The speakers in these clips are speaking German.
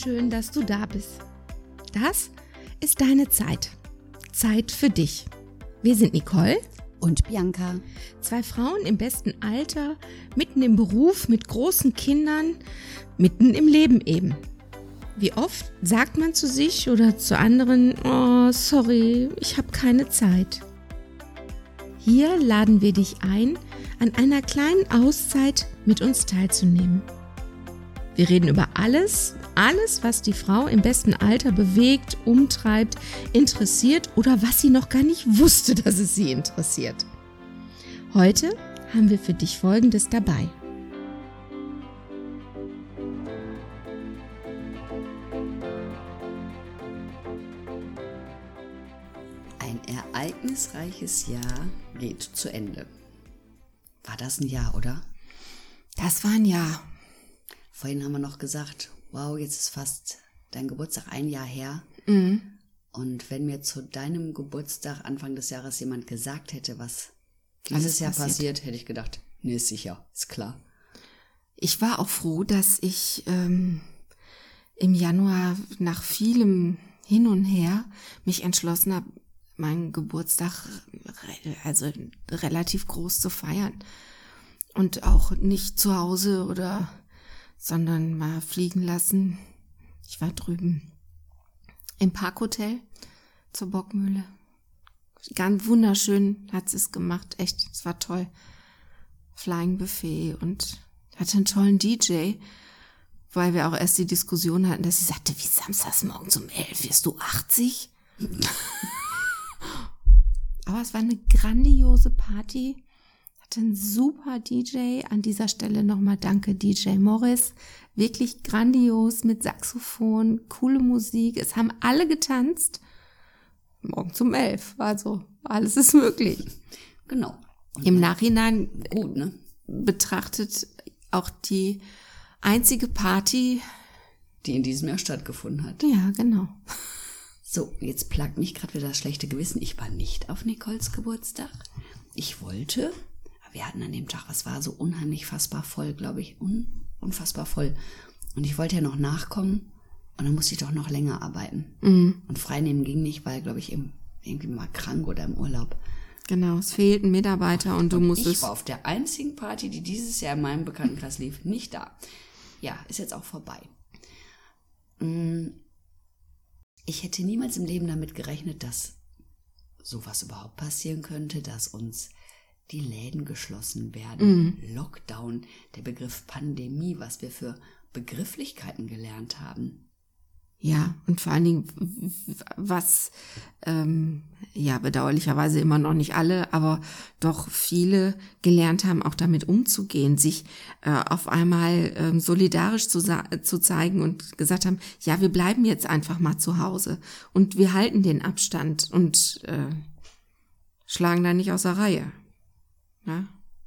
schön, dass du da bist. Das ist deine Zeit. Zeit für dich. Wir sind Nicole und Bianca. 2 Frauen im besten Alter, mitten im Beruf, mit großen Kindern, mitten im Leben eben. Wie oft sagt man zu sich oder zu anderen, oh, sorry, ich habe keine Zeit. Hier laden wir dich ein, an einer kleinen Auszeit mit uns teilzunehmen. Wir reden über alles, was die Frau im besten Alter bewegt, umtreibt, interessiert oder was sie noch gar nicht wusste, dass es sie interessiert. Heute haben wir für dich Folgendes dabei. Ein ereignisreiches Jahr geht zu Ende. War das ein Jahr, oder? Das war ein Jahr. Vorhin haben wir noch gesagt, wow, jetzt ist fast dein Geburtstag 1 Jahr her. Mhm. Und wenn mir zu deinem Geburtstag Anfang des Jahres jemand gesagt hätte, was dieses Jahr passiert, hätte ich gedacht, nee, ist sicher, ist klar. Ich war auch froh, dass ich im Januar nach vielem Hin und Her mich entschlossen habe, meinen Geburtstag also relativ groß zu feiern. Und auch nicht zu Hause sondern mal fliegen lassen. Ich war drüben im Parkhotel zur Bockmühle. Ganz wunderschön hat sie es gemacht, echt, es war toll. Flying Buffet und hatte einen tollen DJ, weil wir auch erst die Diskussion hatten, dass sie sagte, wie samstags morgens um 11 wirst du 80? Aber es war eine grandiose Party. Ein super DJ, an dieser Stelle nochmal danke DJ Morris, wirklich grandios mit Saxophon, coole Musik, es haben alle getanzt, morgens um 11, also alles ist möglich. Genau. Und im Nachhinein gut, ne? Betrachtet auch die einzige Party, die in diesem Jahr stattgefunden hat. Ja, genau. So, jetzt plagt mich gerade wieder das schlechte Gewissen, ich war nicht auf Nicoles Geburtstag, ich wollte... Wir hatten an dem Tag, was war so unheimlich fassbar voll, glaube ich, unfassbar voll. Und ich wollte ja noch nachkommen und dann musste ich doch noch länger arbeiten. Mhm. Und freinehmen ging nicht, weil, glaube ich, irgendwie mal krank oder im Urlaub. Genau, es fehlten Mitarbeiter und du musstest... Ich war auf der einzigen Party, die dieses Jahr in meinem Bekanntenkreis lief, nicht da. Ja, ist jetzt auch vorbei. Ich hätte niemals im Leben damit gerechnet, dass sowas überhaupt passieren könnte, dass uns... die Läden geschlossen werden, Lockdown, der Begriff Pandemie, was wir für Begrifflichkeiten gelernt haben. Ja, und vor allen Dingen, was, bedauerlicherweise immer noch nicht alle, aber doch viele gelernt haben, auch damit umzugehen, sich auf einmal solidarisch zu zeigen und gesagt haben, ja, wir bleiben jetzt einfach mal zu Hause und wir halten den Abstand und schlagen da nicht aus der Reihe. Ja.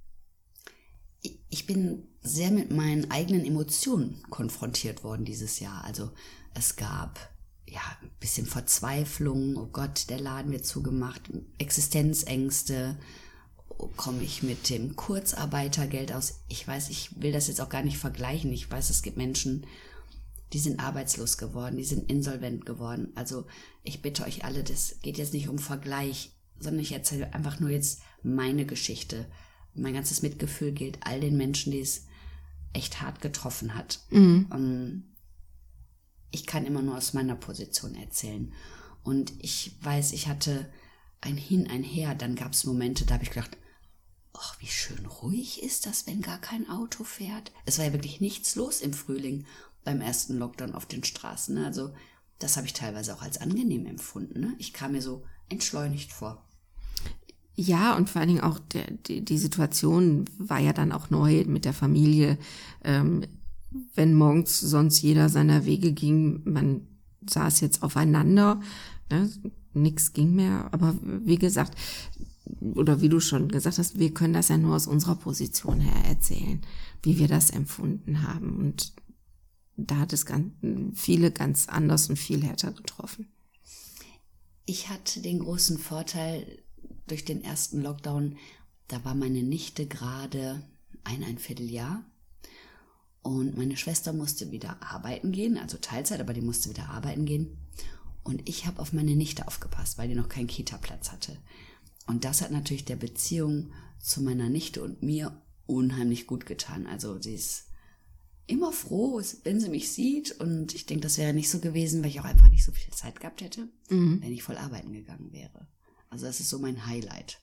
Ich bin sehr mit meinen eigenen Emotionen konfrontiert worden dieses Jahr. Also es gab ein bisschen Verzweiflung, oh Gott, der Laden wird zugemacht, Existenzängste, komme ich mit dem Kurzarbeitergeld aus? Ich weiß, ich will das jetzt auch gar nicht vergleichen. Ich weiß, es gibt Menschen, die sind arbeitslos geworden, die sind insolvent geworden. Also ich bitte euch alle, das geht jetzt nicht um Vergleich, sondern ich erzähle einfach nur jetzt meine Geschichte. Mein ganzes Mitgefühl gilt all den Menschen, die es echt hart getroffen hat. Mhm. Ich kann immer nur aus meiner Position erzählen. Und ich weiß, ich hatte ein Hin, ein Her. Dann gab es Momente, da habe ich gedacht, ach, wie schön ruhig ist das, wenn gar kein Auto fährt. Es war ja wirklich nichts los im Frühling beim ersten Lockdown auf den Straßen. Also das habe ich teilweise auch als angenehm empfunden. Ich kam mir so entschleunigt vor. Ja, und vor allen Dingen auch die Situation war ja dann auch neu mit der Familie. Wenn morgens sonst jeder seiner Wege ging, man saß jetzt aufeinander, ne, nichts ging mehr. Aber wie gesagt, oder wie du schon gesagt hast, wir können das ja nur aus unserer Position her erzählen, wie wir das empfunden haben. Und da hat es viele ganz anders und viel härter getroffen. Ich hatte den großen Vorteil durch den ersten Lockdown, da war meine Nichte gerade ein Vierteljahr Und meine Schwester musste wieder arbeiten gehen, also Teilzeit, aber die musste wieder arbeiten gehen. Und ich habe auf meine Nichte aufgepasst, weil die noch keinen Kita-Platz hatte. Und das hat natürlich der Beziehung zu meiner Nichte und mir unheimlich gut getan. Also sie ist immer froh, wenn sie mich sieht. Und ich denke, das wäre nicht so gewesen, weil ich auch einfach nicht so viel Zeit gehabt hätte, wenn ich voll arbeiten gegangen wäre. Also das ist so mein Highlight.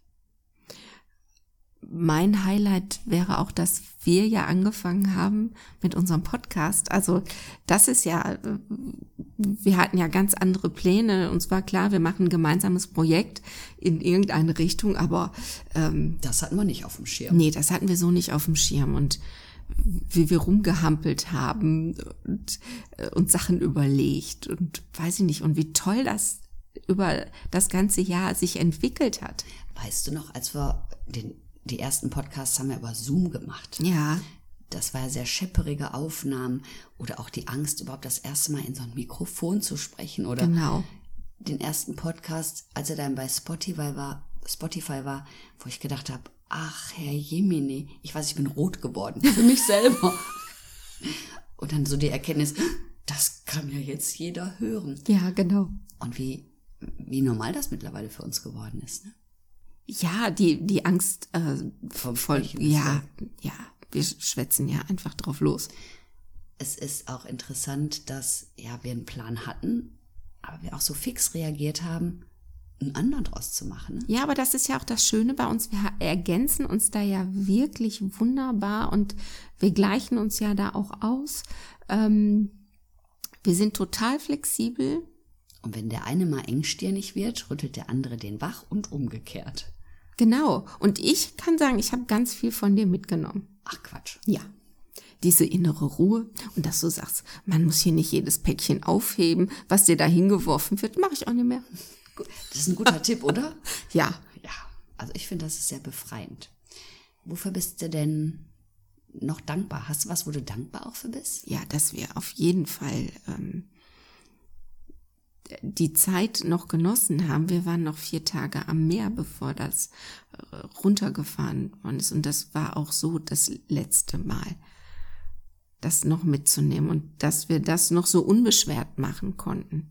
Mein Highlight wäre auch, dass wir ja angefangen haben mit unserem Podcast. Also das ist ja, wir hatten ja ganz andere Pläne. Uns war klar, wir machen ein gemeinsames Projekt in irgendeine Richtung, aber das hatten wir nicht auf dem Schirm. Nee, das hatten wir so nicht auf dem Schirm. Und wie wir rumgehampelt haben und uns Sachen überlegt und weiß ich nicht. Und wie toll das über das ganze Jahr sich entwickelt hat. Weißt du noch, als wir die ersten Podcasts haben wir über Zoom gemacht. Ja. Das war ja sehr schepperige Aufnahmen oder auch die Angst, überhaupt das erste Mal in so ein Mikrofon zu sprechen oder genau. Den ersten Podcast, als er dann bei Spotify war, wo ich gedacht habe, ach Herr Jemine, ich weiß, ich bin rot geworden für mich selber. Und dann so die Erkenntnis, das kann ja jetzt jeder hören. Ja, genau. Und wie normal das mittlerweile für uns geworden ist, ne? Ja, die Angst Vom voll. Sprechen. Ja, wir schwätzen ja einfach drauf los. Es ist auch interessant, dass wir einen Plan hatten, aber wir auch so fix reagiert haben, einen anderen draus zu machen. Ne? Ja, aber das ist ja auch das Schöne bei uns. Wir ergänzen uns da ja wirklich wunderbar und wir gleichen uns ja da auch aus. Wir sind total flexibel. Und wenn der eine mal engstirnig wird, rüttelt der andere den wach und umgekehrt. Genau. Und ich kann sagen, ich habe ganz viel von dir mitgenommen. Ach Quatsch. Ja. Diese innere Ruhe und dass du sagst, man muss hier nicht jedes Päckchen aufheben, was dir da hingeworfen wird, mache ich auch nicht mehr. Das ist ein guter Tipp, oder? Ja. Ja, also ich finde, das ist sehr befreiend. Wofür bist du denn noch dankbar? Hast du was, wo du dankbar auch für bist? Ja, dass wir auf jeden Fall die Zeit noch genossen haben. Wir waren noch 4 Tage am Meer, bevor das runtergefahren worden ist. Und das war auch so das letzte Mal, das noch mitzunehmen und dass wir das noch so unbeschwert machen konnten.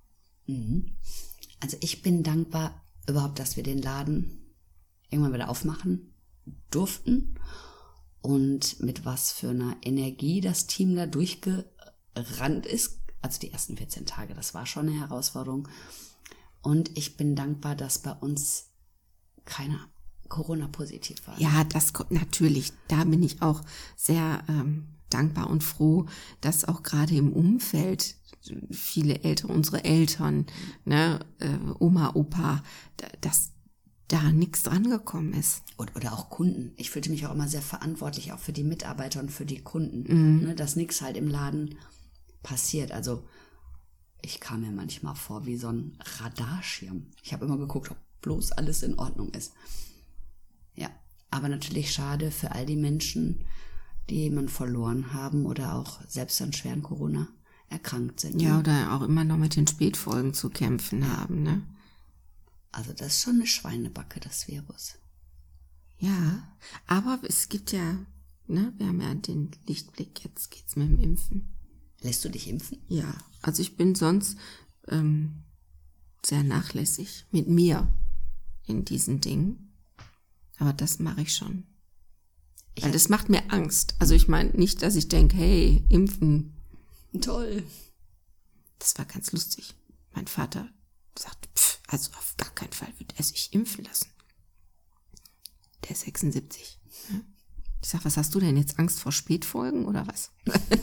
Also ich bin dankbar überhaupt, dass wir den Laden irgendwann wieder aufmachen durften und mit was für einer Energie das Team da durchgerannt ist. Also die ersten 14 Tage, das war schon eine Herausforderung. Und ich bin dankbar, dass bei uns keiner Corona-positiv war. Ja, das kommt natürlich. Da bin ich auch sehr dankbar und froh, dass auch gerade im Umfeld viele Ältere, unsere Eltern, ne, Oma, Opa, dass da nichts dran gekommen ist. Oder auch Kunden. Ich fühlte mich auch immer sehr verantwortlich, auch für die Mitarbeiter und für die Kunden, ne, dass nichts halt im Laden passiert. Also ich kam mir manchmal vor wie so ein Radarschirm. Ich habe immer geguckt, ob bloß alles in Ordnung ist. Ja, aber natürlich schade für all die Menschen, die jemanden verloren haben oder auch selbst an schweren Corona erkrankt sind. Ja, oder auch immer noch mit den Spätfolgen zu kämpfen haben, ne? Also das ist schon eine Schweinebacke, das Virus. Ja, aber es gibt ja, ne, wir haben ja den Lichtblick, jetzt geht's mit dem Impfen. Lässt du dich impfen? Ja, also ich bin sonst sehr nachlässig mit mir in diesen Dingen. Aber das mache ich schon. Weil das macht mir Angst. Also ich meine nicht, dass ich denke, hey, impfen. Toll. Das war ganz lustig. Mein Vater sagt, also auf gar keinen Fall wird er sich impfen lassen. Der ist 76. Ich sag, was hast du denn jetzt, Angst vor Spätfolgen oder was?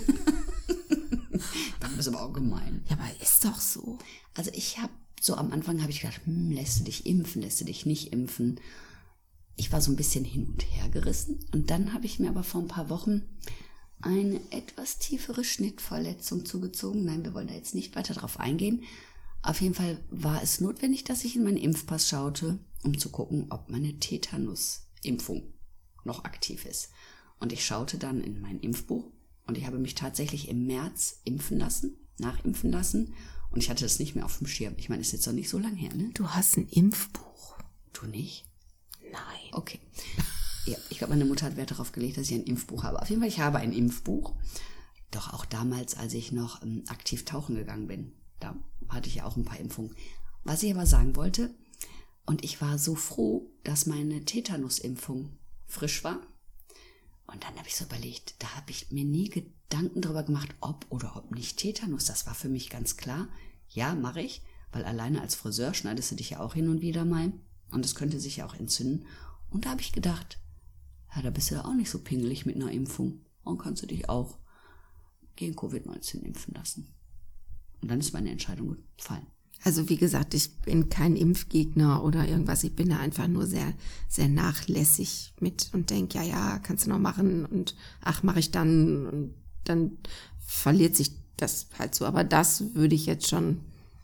Das ist aber auch gemein. Ja, aber ist doch so. Also am Anfang habe ich gedacht, lässt du dich impfen, lässt du dich nicht impfen. Ich war so ein bisschen hin und her gerissen. Und dann habe ich mir aber vor ein paar Wochen eine etwas tiefere Schnittverletzung zugezogen. Nein, wir wollen da jetzt nicht weiter drauf eingehen. Auf jeden Fall war es notwendig, dass ich in meinen Impfpass schaute, um zu gucken, ob meine Tetanus-Impfung noch aktiv ist. Und ich schaute dann in mein Impfbuch und ich habe mich tatsächlich im März nachimpfen lassen. Und ich hatte das nicht mehr auf dem Schirm. Ich meine, es ist jetzt noch nicht so lange her, ne? Du hast ein Impfbuch. Du nicht? Nein. Okay. Ja, ich glaube, meine Mutter hat Wert darauf gelegt, dass ich ein Impfbuch habe. Auf jeden Fall, ich habe ein Impfbuch. Doch auch damals, als ich noch aktiv tauchen gegangen bin, da hatte ich ja auch ein paar Impfungen. Was ich aber sagen wollte, und ich war so froh, dass meine Tetanusimpfung frisch war. Und dann habe ich so überlegt, da habe ich mir nie Gedanken darüber gemacht, ob oder ob nicht Tetanus. Das war für mich ganz klar. Ja, mache ich, weil alleine als Friseur schneidest du dich ja auch hin und wieder mal. Und es könnte sich ja auch entzünden. Und da habe ich gedacht, ja, da bist du ja auch nicht so pingelig mit einer Impfung. Und kannst du dich auch gegen Covid-19 impfen lassen. Und dann ist meine Entscheidung gefallen. Also wie gesagt, ich bin kein Impfgegner oder irgendwas. Ich bin da einfach nur sehr, sehr nachlässig mit und denke, ja, kannst du noch machen und ach, mache ich dann. Und dann verliert sich das halt so. Aber das würde ich jetzt schon,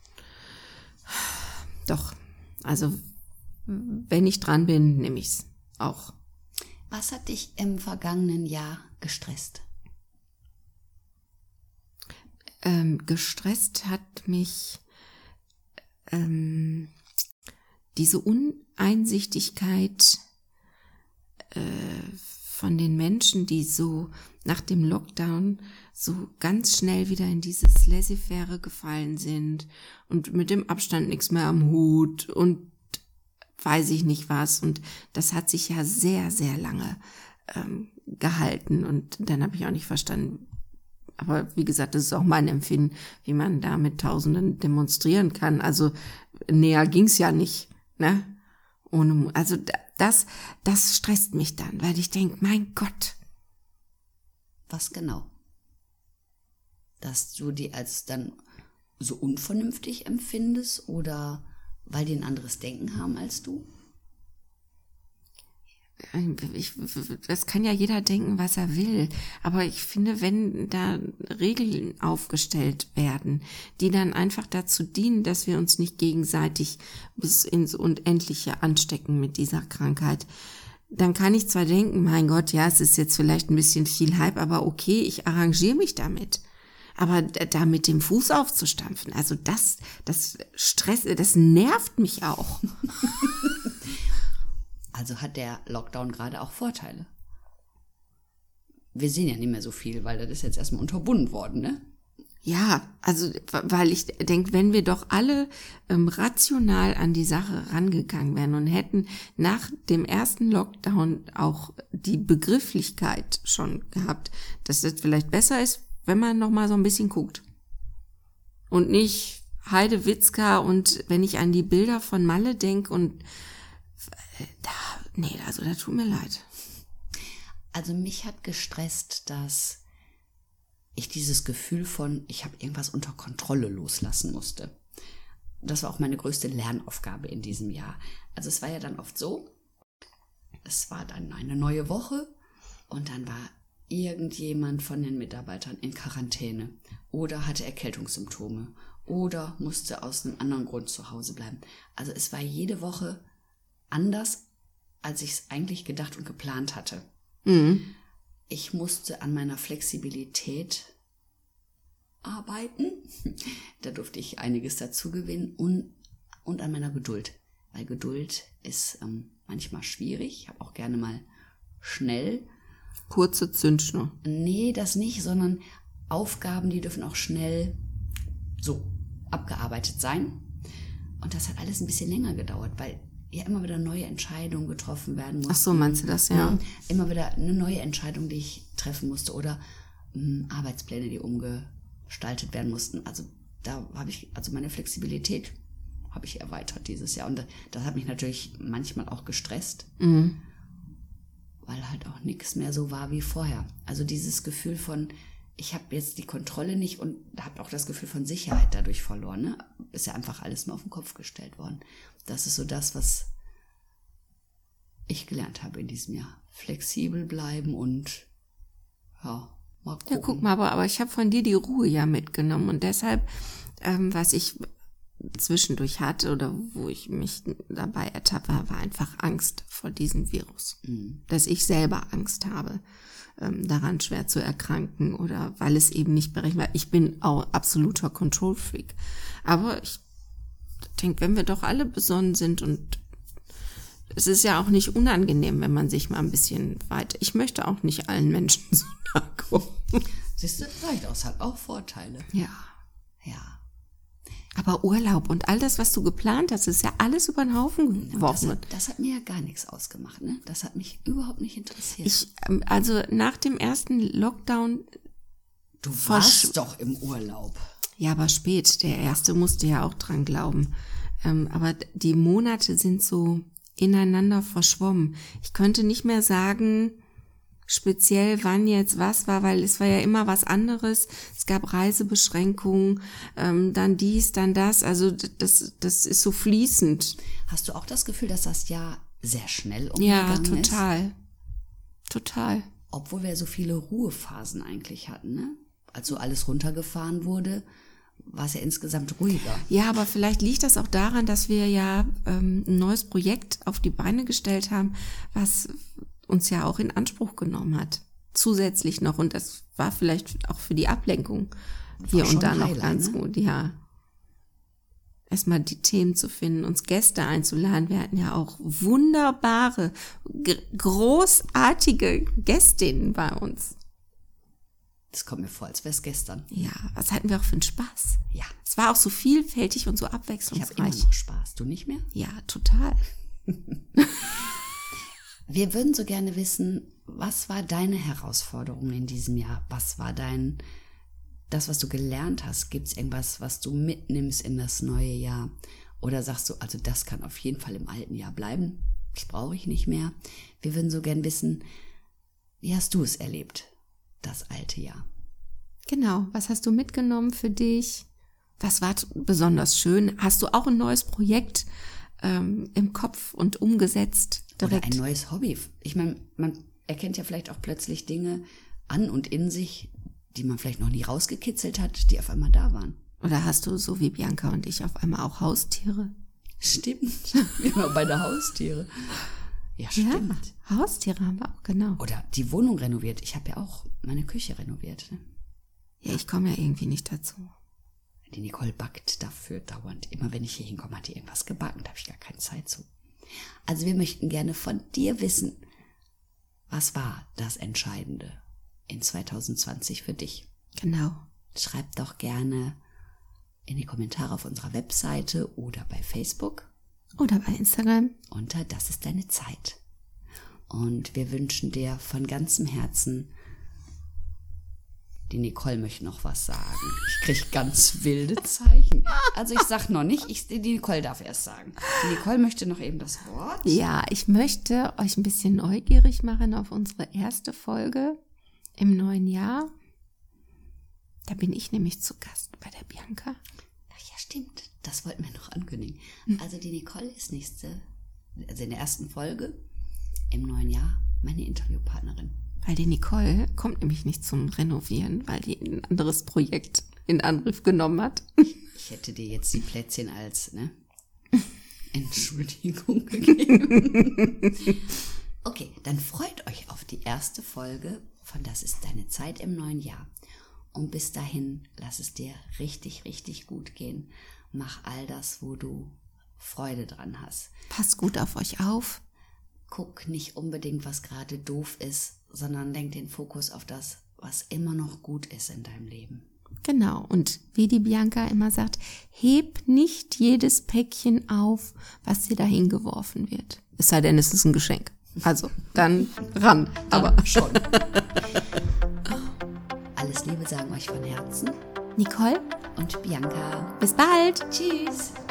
doch, also wenn ich dran bin, nehme ich es auch. Was hat dich im vergangenen Jahr gestresst? Gestresst hat mich diese Uneinsichtigkeit von den Menschen, die so nach dem Lockdown so ganz schnell wieder in dieses Laissez-faire gefallen sind und mit dem Abstand nichts mehr am Hut und weiß ich nicht was. Und das hat sich ja sehr, sehr lange gehalten. Und dann habe ich auch nicht verstanden, aber wie gesagt, das ist auch mein Empfinden, wie man da mit Tausenden demonstrieren kann. Also näher ging's ja nicht, ne? Also das stresst mich dann, weil ich denke, mein Gott. Was genau? Dass du die als dann so unvernünftig empfindest oder weil die ein anderes Denken haben als du? Das kann ja jeder denken, was er will. Aber ich finde, wenn da Regeln aufgestellt werden, die dann einfach dazu dienen, dass wir uns nicht gegenseitig bis ins Unendliche anstecken mit dieser Krankheit, dann kann ich zwar denken, mein Gott, ja, es ist jetzt vielleicht ein bisschen viel Hype, aber okay, ich arrangiere mich damit. Aber da mit dem Fuß aufzustampfen, also das nervt mich auch. Also hat der Lockdown gerade auch Vorteile. Wir sehen ja nicht mehr so viel, weil das ist jetzt erstmal unterbunden worden, ne? Ja, also weil ich denke, wenn wir doch alle rational an die Sache rangegangen wären und hätten nach dem ersten Lockdown auch die Begrifflichkeit schon gehabt, dass das vielleicht besser ist, wenn man noch mal so ein bisschen guckt. Und nicht Heidewitzka und wenn ich an die Bilder von Malle denke und also da tut mir leid. Also mich hat gestresst, dass ich dieses Gefühl von, ich habe irgendwas unter Kontrolle loslassen musste. Das war auch meine größte Lernaufgabe in diesem Jahr. Also es war ja dann oft so, es war dann eine neue Woche und dann war irgendjemand von den Mitarbeitern in Quarantäne oder hatte Erkältungssymptome oder musste aus einem anderen Grund zu Hause bleiben. Also es war jede Woche anders, als ich es eigentlich gedacht und geplant hatte. Mhm. Ich musste an meiner Flexibilität arbeiten. Da durfte ich einiges dazu gewinnen und an meiner Geduld. Weil Geduld ist manchmal schwierig. Ich habe auch gerne mal schnell. Kurze Zündschnur. Nee, das nicht, sondern Aufgaben, die dürfen auch schnell so abgearbeitet sein. Und das hat alles ein bisschen länger gedauert, weil ja immer wieder neue Entscheidungen getroffen werden mussten. Ach so, meinst du das, ja? Immer wieder eine neue Entscheidung, die ich treffen musste oder Arbeitspläne, die umgestaltet werden mussten. Also da habe ich, also meine Flexibilität habe ich erweitert dieses Jahr. Und das hat mich natürlich manchmal auch gestresst, weil halt auch nichts mehr so war wie vorher. Also dieses Gefühl von, ich habe jetzt die Kontrolle nicht und habe auch das Gefühl von Sicherheit dadurch verloren. Ne? Ist ja einfach alles mal auf den Kopf gestellt worden. Das ist so das, was ich gelernt habe in diesem Jahr. Flexibel bleiben und ja, mal gucken. Ja, guck mal, aber ich habe von dir die Ruhe ja mitgenommen und deshalb, was ich zwischendurch hatte oder wo ich mich dabei ertappt war einfach Angst vor diesem Virus. Dass ich selber Angst habe, daran schwer zu erkranken oder weil es eben nicht berechenbar ist. Ich bin auch absoluter Control-Freak. Aber ich denke, wenn wir doch alle besonnen sind und es ist ja auch nicht unangenehm, wenn man sich mal ein bisschen weiter. Ich möchte auch nicht allen Menschen so nahe kommen. Siehst du, vielleicht auch, es hat auch Vorteile. Ja. Ja. Aber Urlaub und all das, was du geplant hast, ist ja alles über den Haufen geworfen. Das hat mir ja gar nichts ausgemacht, ne? Das hat mich überhaupt nicht interessiert. Also nach dem ersten Lockdown. Du warst doch im Urlaub. Ja, aber spät. Der erste musste ja auch dran glauben. Aber die Monate sind so ineinander verschwommen. Ich könnte nicht mehr sagen, speziell wann jetzt was war, weil es war ja immer was anderes. Es gab Reisebeschränkungen, dann dies, dann das. Also das ist so fließend. Hast du auch das Gefühl, dass das Jahr sehr schnell umgegangen ist? Ja, total. Obwohl wir so viele Ruhephasen eigentlich hatten, ne? Als so alles runtergefahren wurde, war es ja insgesamt ruhiger. Ja, aber vielleicht liegt das auch daran, dass wir ja ein neues Projekt auf die Beine gestellt haben, was uns ja auch in Anspruch genommen hat. Zusätzlich noch. Und das war vielleicht auch für die Ablenkung hier und da noch ganz gut. Ja. Erstmal die Themen zu finden, uns Gäste einzuladen. Wir hatten ja auch wunderbare, großartige Gästinnen bei uns. Das kommt mir vor, als wäre es gestern. Ja, was hatten wir auch für einen Spaß. Ja. Es war auch so vielfältig und so abwechslungsreich. Ich habe immer noch Spaß. Du nicht mehr? Ja, total. Wir würden so gerne wissen, was war deine Herausforderung in diesem Jahr? Was war das, was du gelernt hast? Gibt es irgendwas, was du mitnimmst in das neue Jahr? Oder sagst du, also das kann auf jeden Fall im alten Jahr bleiben, das brauche ich nicht mehr. Wir würden so gern wissen, wie hast du es erlebt, das alte Jahr? Genau, was hast du mitgenommen für dich? Was war besonders schön? Hast du auch ein neues Projekt im Kopf und umgesetzt direkt? Oder ein neues Hobby. Ich meine, man erkennt ja vielleicht auch plötzlich Dinge an und in sich, die man vielleicht noch nie rausgekitzelt hat, die auf einmal da waren. Oder hast du, so wie Bianca und ich, auf einmal auch Haustiere? Stimmt, immer bei der Haustiere. Ja, stimmt. Ja, Haustiere haben wir auch, genau. Oder die Wohnung renoviert. Ich habe ja auch meine Küche renoviert. Ne? Ja, ich komme ja irgendwie nicht dazu. Die Nicole backt dafür dauernd. Immer wenn ich hier hinkomme, hat die irgendwas gebacken. Da habe ich gar keine Zeit zu. Also wir möchten gerne von dir wissen, was war das Entscheidende in 2020 für dich? Genau. Schreib doch gerne in die Kommentare auf unserer Webseite oder bei Facebook. Oder bei Instagram. Unter Das ist deine Zeit. Und wir wünschen dir von ganzem Herzen, die Nicole möchte noch was sagen. Ich kriege ganz wilde Zeichen. Also ich sag noch nicht, die Nicole darf erst sagen. Die Nicole möchte noch eben das Wort. Ja, ich möchte euch ein bisschen neugierig machen auf unsere erste Folge im neuen Jahr. Da bin ich nämlich zu Gast bei der Bianca. Ach ja, stimmt. Das wollten wir noch ankündigen. Also die Nicole ist also in der ersten Folge im neuen Jahr meine Interviewpartnerin. Weil die Nicole kommt nämlich nicht zum Renovieren, weil die ein anderes Projekt in Angriff genommen hat. Ich hätte dir jetzt die Plätzchen als Entschuldigung gegeben. Okay, dann freut euch auf die erste Folge von Das ist deine Zeit im neuen Jahr. Und bis dahin, lass es dir richtig, richtig gut gehen. Mach all das, wo du Freude dran hast. Passt gut auf euch auf. Guck nicht unbedingt, was gerade doof ist, sondern lenk den Fokus auf das, was immer noch gut ist in deinem Leben. Genau. Und wie die Bianca immer sagt, heb nicht jedes Päckchen auf, was dir dahin geworfen wird. Es sei denn, es ist ein Geschenk. Also, dann ran. Dann aber schon. Alles Liebe sagen euch von Herzen Nicole und Bianca. Bis bald. Tschüss.